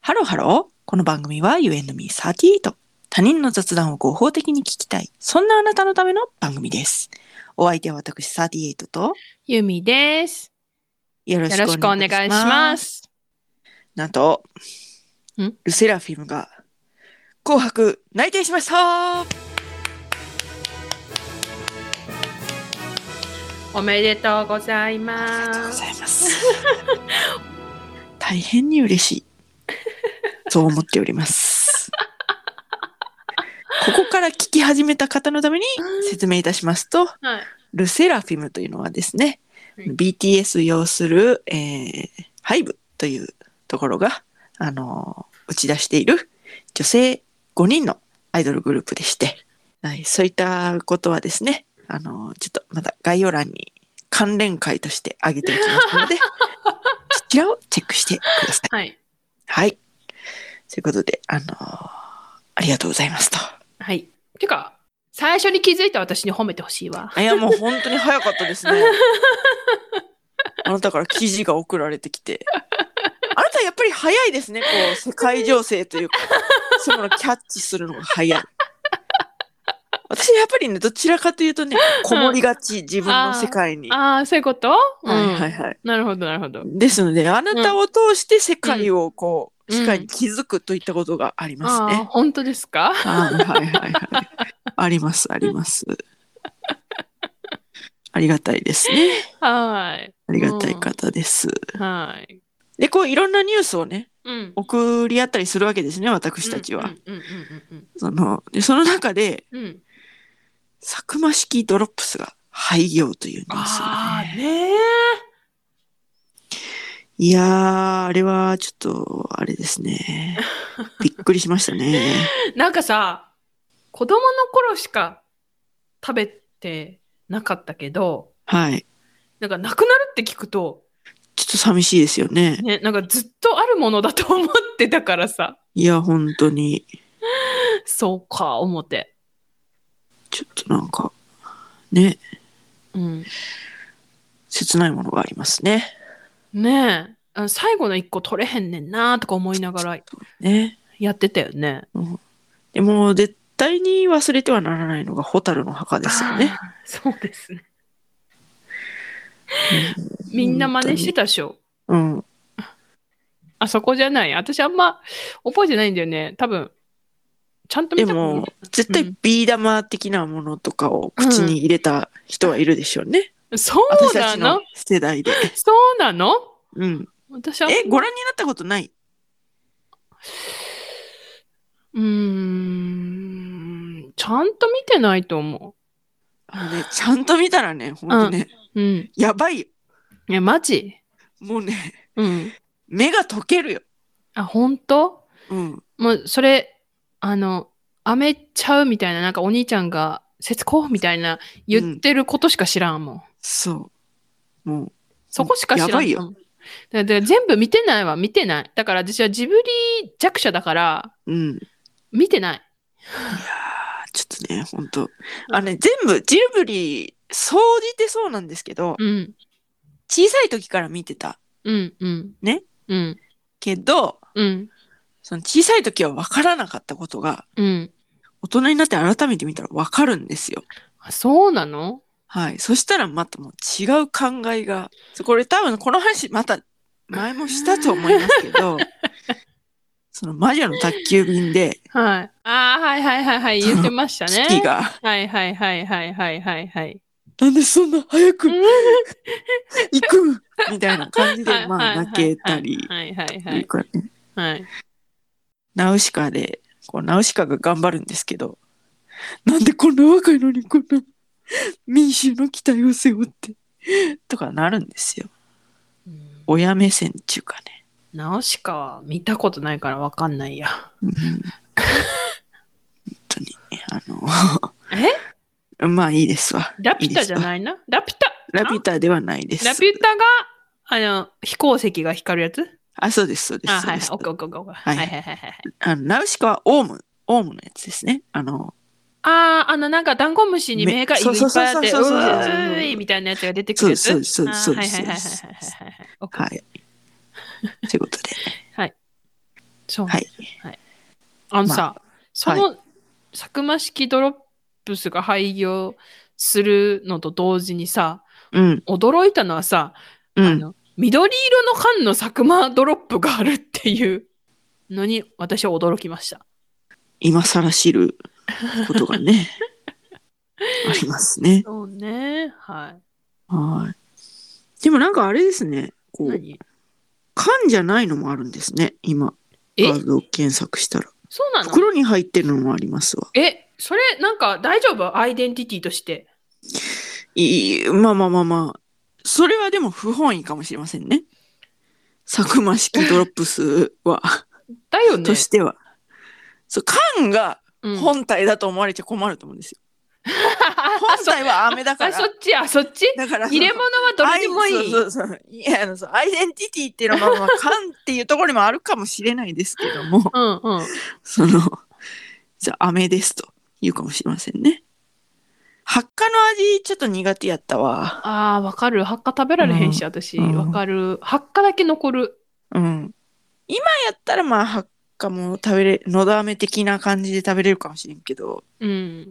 ハローハロー。この番組は You and me38。他人の雑談を合法的に聞きたい。そんなあなたのための番組です。お相手は私38とゆみです。 よろよろしくおしくお願い願いししま。 ますす。 なんと、 んルセラフィムが紅白内定しました。 おめでとうございありがとうごます。 ざいます。大変に嬉しい。そう思っております。ここから聞き始めた方のために説明いたしますと、 はい。 ルセラフィムというのはですね、 はい BTS 要する、HYBE というところが、打ち出している女性5人のアイドルグループでして、はい、そういったことはですね、ちょっとまた概要欄に関連会として挙げておきますので、そちらをチェックしてください。 はい。 はい。ということで、ありがとうございますと。 はい。てか、最初に気づいた私に褒めてほしいわ。 いや、もう本当に早かったですね。あなたから記事が送られてきて。あなたやっぱり早いですね。こう、世界情勢というか、そういうのをキャッチするのが早い。私やっぱりね、どちらかというとね、こもりがち、自分の世界に。 ああ、そういうこと？ はいはいはい。 なるほど、なるほど。 ですので、あなたを通して世界をこう、 うん世界に気づくといったことがありますああ、 ね。 本当ですか？ はいはいはいはい。ありますあります。ありがたいですね。 はい。 ありがたい方です。 はい。 で、こういろんなニュースをね、 うん。 送り合ったりするわけですね、私たちは。その中で、 うん。 サクマ式ドロップスが廃業というニュースがああ、 ね。 ねえ。 いやー、あれはちょっと、あれですね。びっくりしましたね。 なんかさ、子供の頃しか食べてなかったけど、 はい。 なんかなくなるって聞くと、 ちょっと寂しいですよね。 ね、なんかずっとあるものだと思ってたからさ、 いや、本当に。 そうか、思って。 ちょっとなんか、ね、 うん。 切ないものがありますね。 ねえ、最後の一個取れへんねんなとか思いながらね。 やってたよね。 でも、絶対に忘れてはならないのが、蛍の墓ですよね。 ああ、そうですね。みんな真似してたでしょ。 うん。 あそこじゃない。私あんま覚えてないんだよね。多分、ちゃんとで見た方がいいも、絶対うんビー玉的なものとかを口に入れた人はいるでしょうね。 そう私たちのなの？ 世代で。 そうなの？ うん。 私はご覧になったことない？ ちゃんと見てないと思ちゃんと見たらね、ほんとね、 う。うん。 やばいよ。 いや、マジ？ もうね、 うん。 目が溶けるよ。 あ、本当？ うん。 もう、それ、あめちゃうみたいな、なんかお兄ちゃんが、節子みたいな言ってることしか知らんもん。 そう。もう、 そこしか知らん。 やばいよ。 だから全部見てないわ、見てない。だから私はジブリ弱者だから、 うん。 見てない。 いやー、ちょっとね、ほんと。全部、ジブリ、総じてそうなんですけど、 うん。 小さい時から見てた。 うん、うん。 ね。 うん。 けど、 うん。 その小さい時は分からなかったことが、 うん。 大人になって改めて見たら分かるんですよ。 あ、そうなの？ はい。そしたらまたもう違う考えが、これ多分この話また前もしたと思いますけど、その魔女の宅急便で、 はい。ああ、はいはいはいはい、言ってましたね。 キキが、 はいはいはいはいはいはいはい。 なんでそんな早くうん行くみたいな感じで、 はいまあ泣けたり、 はいはいってはい。 いうかね、 はい。 ナウシカで、ナウシカが頑張るんですけど、なんでこんな若いのにこんな民衆の期待を背負って、とかなるんですよ。親目線っていうかね。 ナウシカは見たことないからわかんないや。 うん、本当に、 え？ まあいいですわ。 ラピュタじゃないな？ラピュタ。 ラピュタではないです。 ラピュタが、飛行石が光るやつ？ あ、そうです、そうです。 あ、はいはい。オッケーオッケーオッケー。はいはいはいはい。 ナウシカはオウムのやつですね。 なんかダンゴムシに目がいっぱいあって、 そういみたいなやつが出てくるやつ？ そうです。 はいはいはいはいはい。 はい。ということで。 はい。 そうね。 はい。 はい。さ、そはのサクマ式ドロップスが廃業するのと同時にさ、 うん。 驚いたのはさ、 うん。 緑色の缶のサクマドロップがあるっていうのに私は驚きました。 今更知ることがね、ありますね。 そうね。はい。 はい。でもなんかあれですね。こう、 何？ 缶じゃないのもあるんですね。今、画え像検索したら。 そうなの？ 袋に入ってるのもありますわ。 それなんか大丈夫？アイデンティティとして。 まあまあまあまあ。それはでも不本意かもしれませんね。佐久間式ドロップスは、 だよね。 としては。そう、缶がうん。 本体だと思われちゃ困ると思うんですよ。本体は飴だかそら。 っち、そっちだから入れ物はどれでもいい。 そうそうそう。いや、そう、アイデンティティっていうのも、まあ、缶っていうところにもあるかもしれないですけども、 うんうん。 その、じゃあ、飴ですと言うかもしれませんね。発火の味、ちょっと苦手やったわ。 ああ、わかる。発火食べられへんし、 うん。う私。わかん。 る。発火だけ残る。 うん。今やったら、まあ、発火も食べれ、のど飴的な感じで食べれるかもしれんけど、 うん。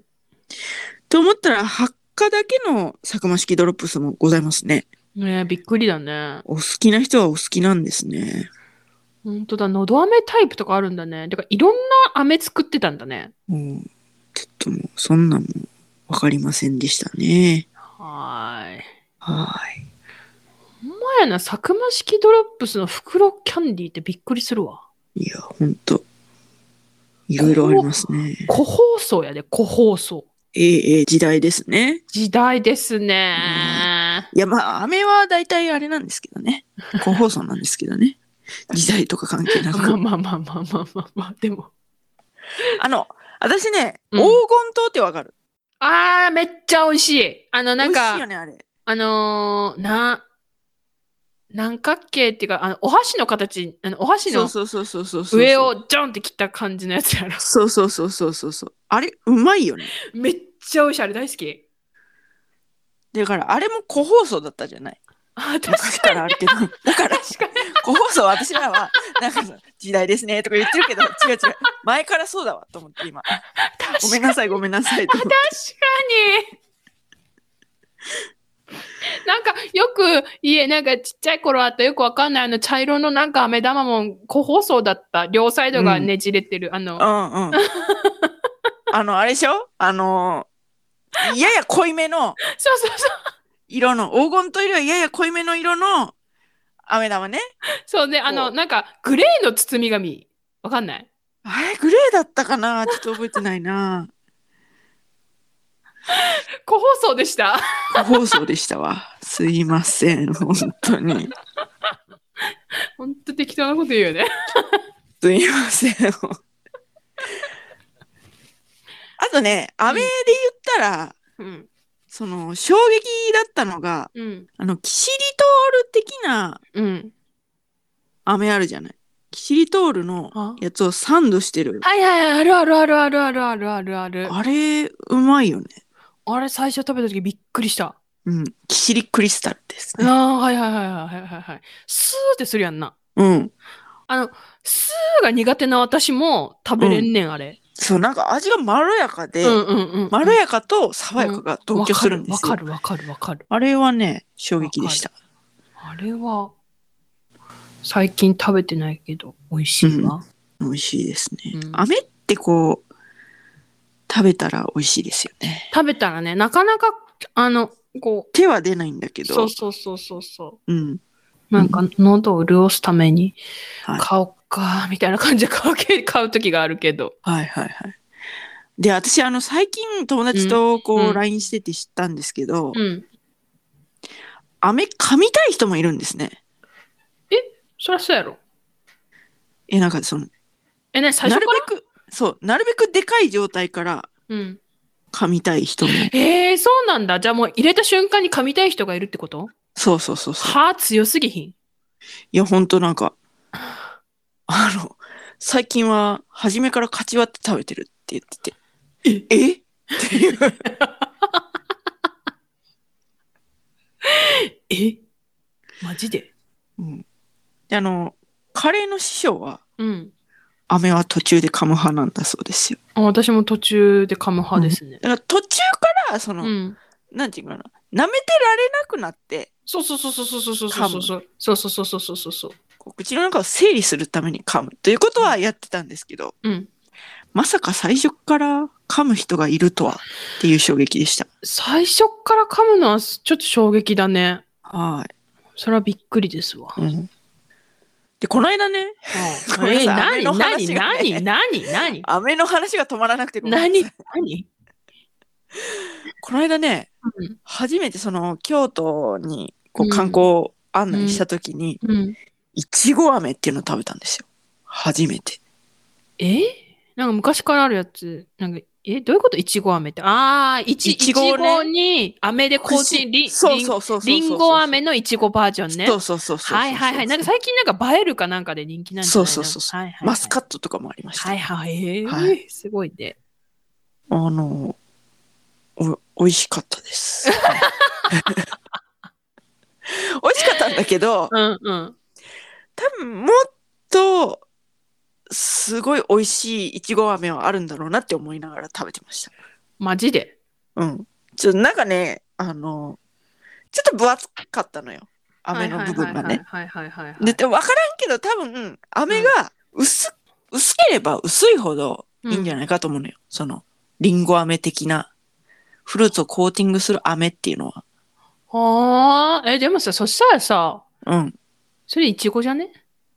と思ったら、発火だけのサクマ式ドロップスもございますね。 ねえ、びっくりだね。 お好きな人はお好きなんですね。 ほんとだ、のど飴タイプとかあるんだね。てか、いろんな飴作ってたんだね。 うん。ちょっともう、そんなんもわかりませんでしたね。 はーい。 はい。 ほんまやな、サクマ式ドロップスの袋キャンディーってびっくりするわ。 いや、ほんと、いろいろありますね。 個包装やで、個包装。 時代ですね。 時代ですうん。 ね。 いや、まあ、飴は大体あれなんですけどね。個包装なんですけどね。時代とか関係なく。 まあまあまあまあまあまあまあ、でも。 あの、私ね、 うん。 黄金糖ってわかる？ あー、めっちゃ美味しい。なんか、 美味しいよね、あれ。 三角形っていうか、お箸の形、お箸のそうそうそうそうそうそう。 上をジョンって切った感じのやつやろ。 そうそうそうそうそうそう。あれ、うまいよね。 めっちゃ美味しい。あれ大好き。 だから、あれも個包装だったじゃない。 あ、確昔かに。 からあるけど。だから、 確かに。 個包装私らは、なんかさ、時代ですねとか言ってるけど、違う違う。前からそうだわと思って今。ごめんなさい、ごめんなさいと思って。 確かに。なんか、よくなんかちっちゃい頃あったよくわかんない茶色のなんか飴玉も個包装だった。両サイドがねじれてる。 うんうん。あれでしょやや濃いめのそうそうそう。 色の、黄金というよりはやや濃いめの色の飴玉ね。 そうね、 こう、 なんか、グレーの包み紙。わかんない？ あれ、グレーだったかな、ちょっと覚えてないな。 個包装でした。 個包装でしたわ。すいません、本当に。 ほんと適当なこと言うよね。 すいません。あとね、飴で言ったら、 うん。 衝撃だったのが、 うん。 キシリトール的なうん。 飴あるじゃない。キシリトールのあやつをサンドしてる。 はいはいはい、あるあるあるあるあるあるあるある。 あれ、うまいよね。 あれ最初食べた時びっくりした。 うん。キシリクリスタルですね。 ああ、はいはいはいはいはいはい。スーってするやんな。 うん。 スーが苦手な私も食べれんねん、あれ。 そう、なんか味がまろやかで、 うんうんうん。 まろやかと爽やかが同居するんですよ。 わかるわかるわかる。 あれはね、衝撃でした。 あれは、最近食べてないけど、美味しいわ。 美味しいですね。 うん、 飴ってこう、食べたら美味しいですよね。 食べたらね、なかなか、 手は出ないんだけど。 そうそうそうそうそう。 うん。 なんか、喉を潤すために、 はい、 買おうか、みたいな感じで買う時があるけど。 はいはいはい。で、私、最近友達とLINE してて知ったんですけど、 うん。 飴噛みたい人もいるんですね。 そりゃそうやろ。 なんか最初から？ なるべくでかい状態から噛みたい人も。 そうなんだ。じゃあもう入れた瞬間に噛みたい人がいるってこと？ そうそうそうそう。 はあ、強すぎひん。 いや、ほんとなんか、最近は初めからかち割って食べてるって言ってて。えっていう。 マジで？ うん。で、カレーの師匠は、 うん。 飴は途中で噛む派なんだそうですよ。 私も途中で噛む派ですね。 だから途中からその、なんていうかな、舐めてられなくなって、 そうそうそうそうそうそうそうそうそうそうそうそうそうそうそう。 口の中を整理するために噛むということはやってたんですけど、まさか最初から噛む人がいるとはっていう衝撃でした。 最初から噛むのはちょっと衝撃だね。 はい。 それはびっくりですわ。 で、この間ね、 何飴の話が飴の話が止まらなくてごめんなさい。この間ね、初めてその京都にこう観光案内した時に、いちご飴っていうのを食べたんですよ。初めて。 なんか昔からあるやつ。なんかどういうこといちご飴って。いちごに飴でコーティング、りんご飴のいちごバージョンね。 そう。 はいはいはい。なんか最近なんか映えるかなんかで人気なんじゃないの？ そう。マスカットとかもありました。 はい。すごいね。 美味しかったです。美味しかったんだけど、多分もっとすごい美味しいいちご飴はあるんだろうなって思いながら食べてました。 マジで？ なんかね、ちょっと分厚かったのよ。飴の部分がね。でも分からんけど多分飴が薄ければ薄いほどいいんじゃないかと思うのよ。そのリンゴ飴的なフルーツをコーティングする飴っていうのは。 でもさ、そしたらさ、それいちごじゃね？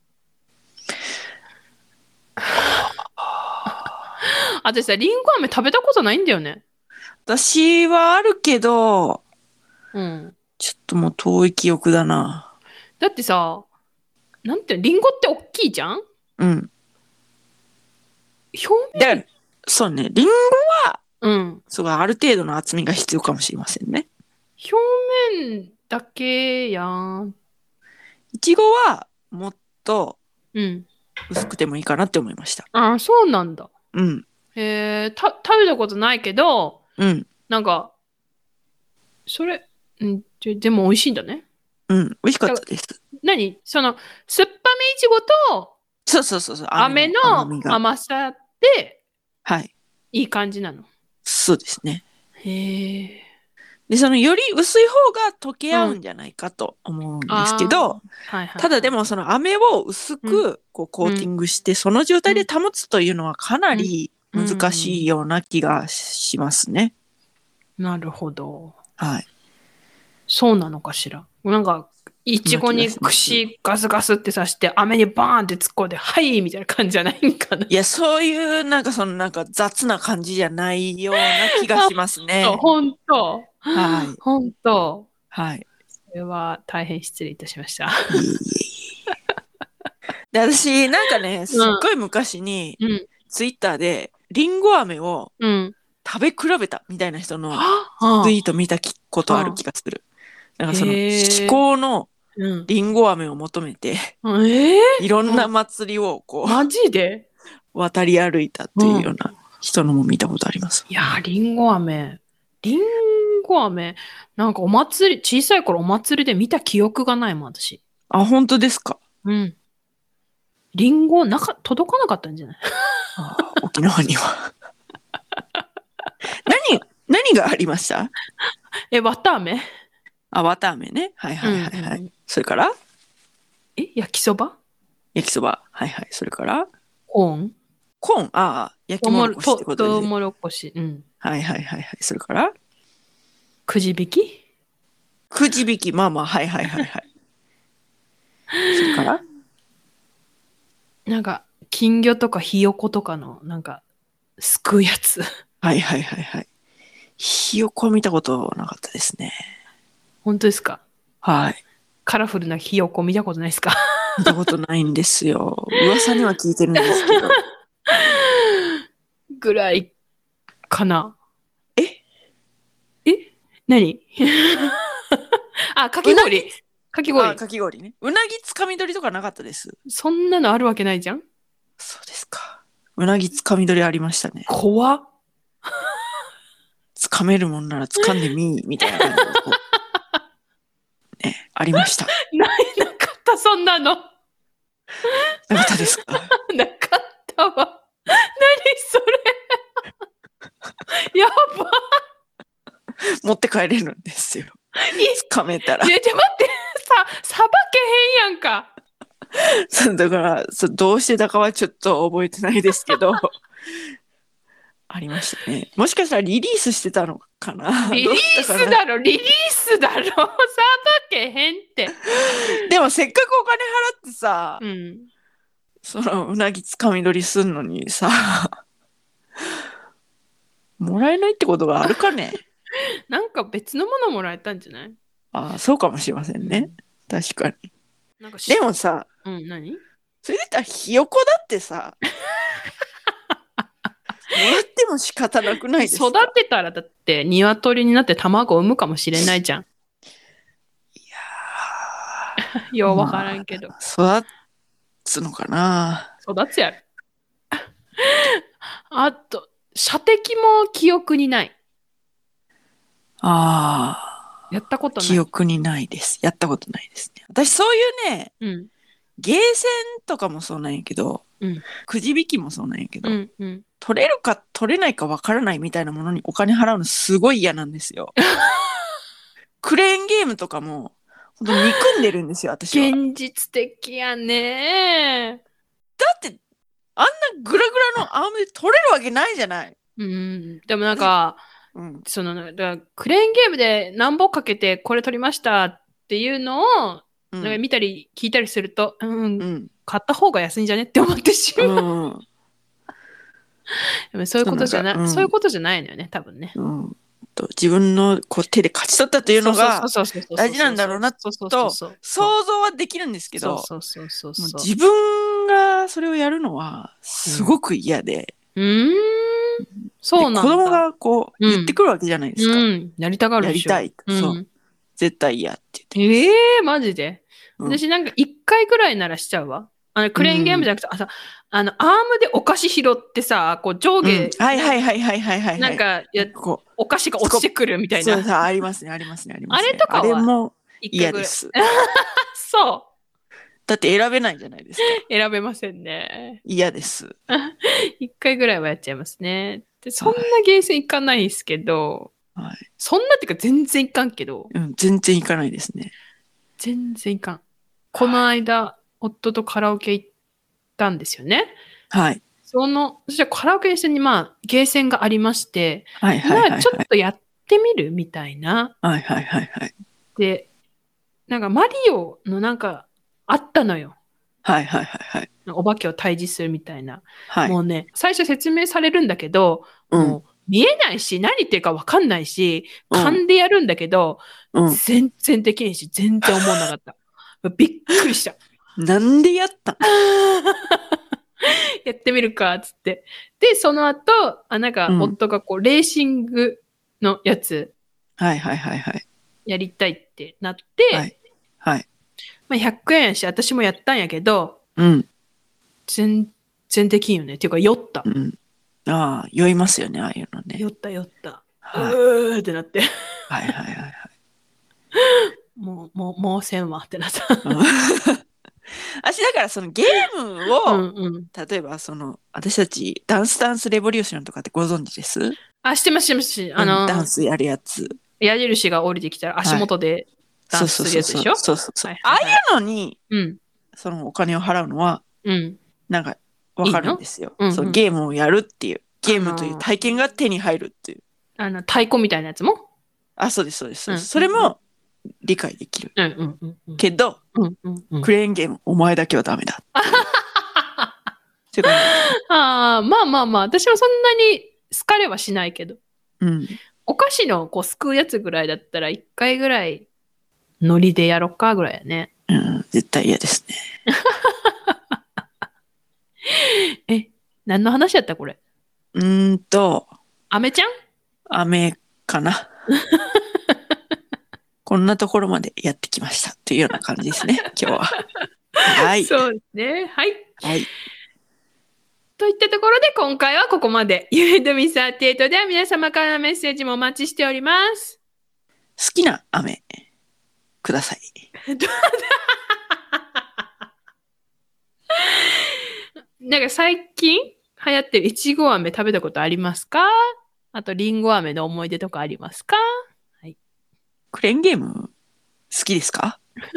私さ、リンゴ飴食べたことないんだよね。 私はあるけど、ちょっともう遠い記憶だな。 だってさ、なんてリンゴって大きいじゃん？表面？ そうね、リンゴは、すごいある程度の厚みが必要かもしれませんね。 表面だけやん。 いちごはもっと薄くてもいいかなって思いました。 そうなんだ。 食べたことないけど、なんか、それ、でも美味しいんだね。 美味しかったです。 何その、酸っぱめいちごと、 そう。 飴の甘さで、いい感じなの。 そうですね。 で、 そのより薄い方が溶け合うんじゃないかと思うんですけど、ただでもその飴を薄くこうコーティングして、その状態で保つというのはかなり難しいような気がしますね。 なるほど。 はい。 そうなのかしら。なんか、いちごに串ガスガスって刺して、飴にバーンって突っ込んで、はいみたいな感じじゃないんかな。 いや、そういうなんか雑な感じじゃないような気がしますね。 本当。本当。 はい。 それは大変失礼いたしました。 で、私、なんかね、すっごい昔に、ツイッターで、リンゴ飴を食べ比べたみたいな人のツイート見たことある気がする。なんかその、至高のリンゴ飴を求めて、いろんな祭りをこう、 マジで渡り歩いたっていうような人のも見たことあります。 いや、リンゴ飴。なんか小さい頃お祭りで見た記憶がないもん、私。 本当ですか？ リンゴ、届かなかったんじゃない？ 沖縄には。何がありました？ 綿飴？ 綿飴ね。はい。それから？ 焼きそば。 はい。それから？ コーン、 焼きもろこしってことですね。 トウモロコシ。 はい。それから？ くじ引き。 まあ、はい。それから？ なんか、金魚とかひよことかの、なんか、すくうやつ。 はい。ひよこ見たことなかったですね。 本当ですか？ はい。 カラフルなひよこ見たことないですか？ 見たことないんですよ。噂には聞いてるんですけど。 ぐらいかな。何？かき氷。かき氷ね。うなぎつかみ取りとかなかったです。 そんなのあるわけないじゃん。 そうですか。うなぎつかみ取りありましたね。 怖っ。 つかめるもんならつかんでみーみたいな感じね、ありました。 なかった、そんなの。 なかったですか？ なかった持って帰れるんですよ。掴めたら。 待って、さばけへんやんか。 だからどうしてたかはちょっと覚えてないですけどありましたね。もしかしたらリリースしてたのかな。 リリースだろさばけへんって。 でもせっかくお金払ってさ、 うん、 そのうなぎつかみ取りすんのにさもらえないってことがあるかね。 なんか別のものもらえたんじゃない？ ああ、そうかもしれませんね。確かに。 なんかでもさ、 何？ それで言ったらひよこだってさ、もらっても仕方なくないですか？ 育てたらだって鶏になって卵を産むかもしれないじゃん。 いやー、 ようわからんけど。 育つのかな。 育つやろ。あと、射的も記憶にない。 ああ、 やったことない。 記憶にないです。やったことないですね。私そういうね、 うん。 ゲーセンとかもそうなんやけど、 うん。 くじ引きもそうなんやけど、 うんうん。 取れるか取れないかわからないみたいなものにお金払うのすごい嫌なんですよ。クレーンゲームとかも、ほんと憎んでるんですよ、私は。 現実的やね。 だって、あんなグラグラのアームで取れるわけないじゃない。 うん。でもなんか、 うん。 その、だからクレーンゲームで何本かけてこれ取りましたっていうのを、 うんなんか見たり聞いたりすると、 うん。 買った方が安いんじゃねって思ってしまう。 うん。 でもそういうことじゃうんそういうことじゃないのよね、多分ね。 うん。自分のこう手で勝ち取ったというのが大事なんだろうなと想像はできるんですけど、自分がそれをやるのはすごく嫌で、 そうなんだ。 子供がこう言ってくるわけじゃないですか。 やりたがるでしょ。 やりたい。そう。絶対嫌って言ってマジで、私なんか1回ぐらいならしちゃうわ。クレーンゲームじゃなくて、アームでお菓子拾ってさ、こう上下、 はい。 なんかお菓子が落ちてくるみたいな。 そうさ、ありますね。あれとかはあれも嫌です。 そう。 だって選べないじゃないですか。 選べませんね。 嫌です。 1回ぐらいはやっちゃいますね。で、そんなゲーセン行かないですけど、 はい。 そんなっていうか全然行かんけど。 全然行かないですね。 全然行かん。この間、夫とカラオケ行ったんですよね。 はい。 そしたらカラオケ一緒にゲーセンがありまして、 ちょっとやってみるみたいな。で、なんかマリオのなんかあったのよ。お化けを退治するみたいな。もうね、最初説明されるんだけど、もう見えないし、何言ってるか分かんないし、勘でやるんだけど、全然できないし、全然思わなかった。びっくりした。 なんでやったやってみるか、つって。で、その後、なんか、夫がこう、レーシングのやつ、やりたいってなって、100円やし、私もやったんやけど、全然できんよね。っていうか、酔った。 ああ、酔いますよね、ああいうのね。 酔った。うーってなって。もうせんわってなった。 私だからそのゲームを、例えば私たちダンスレボリューションとかってご存知です？ 知ってます。 ダンスやるやつ。 矢印が降りてきたら足元でダンスするやつでしょ？ そう。ああいうのに、そのお金を払うのは、なんかわかるんですよ。ゲームをやるっていう、ゲームという体験が手に入るっていう。 太鼓みたいなやつも？ そうです。それも理解できる。けど、クレーンゲーム、お前だけはダメだ。 私はそんなに好かれはしないけど。お菓子のすくうやつぐらいだったら1回ぐらいノリでやろっかぐらいやね。 絶対嫌ですね。何の話やったこれ？ アメちゃん？アメかな。こんなところまでやってきましたというような感じですね、今日は。はい。 そうですね。はい。といったところで今回はここまで。ゆうどみ38では皆様からのメッセージもお待ちしております。 好きな飴ください。 なんか最近流行ってるいちご飴食べたことありますか？あとりんご飴の思い出とかありますか？ クレーンゲーム好きですか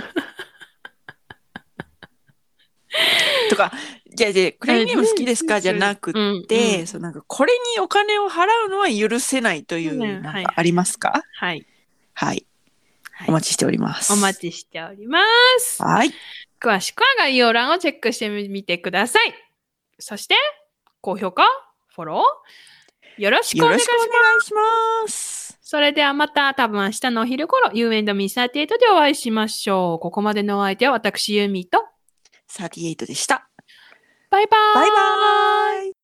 とか、じゃあ、クレーンゲーム好きですかじゃなくて、なんかこれにお金を払うのは許せないという、なんかありますか？ はい。 はい。お待ちしております。 お待ちしております。 はい。 詳しくは概要欄をチェックしてみてください。そして、高評価、フォロー、よろしくお願いします。それではまた多分明日のお昼頃、You and Me38 でお会いしましょう。ここまでのお相手は私、ユーミーと 38でした。 バイバーイ。 バイバーイ。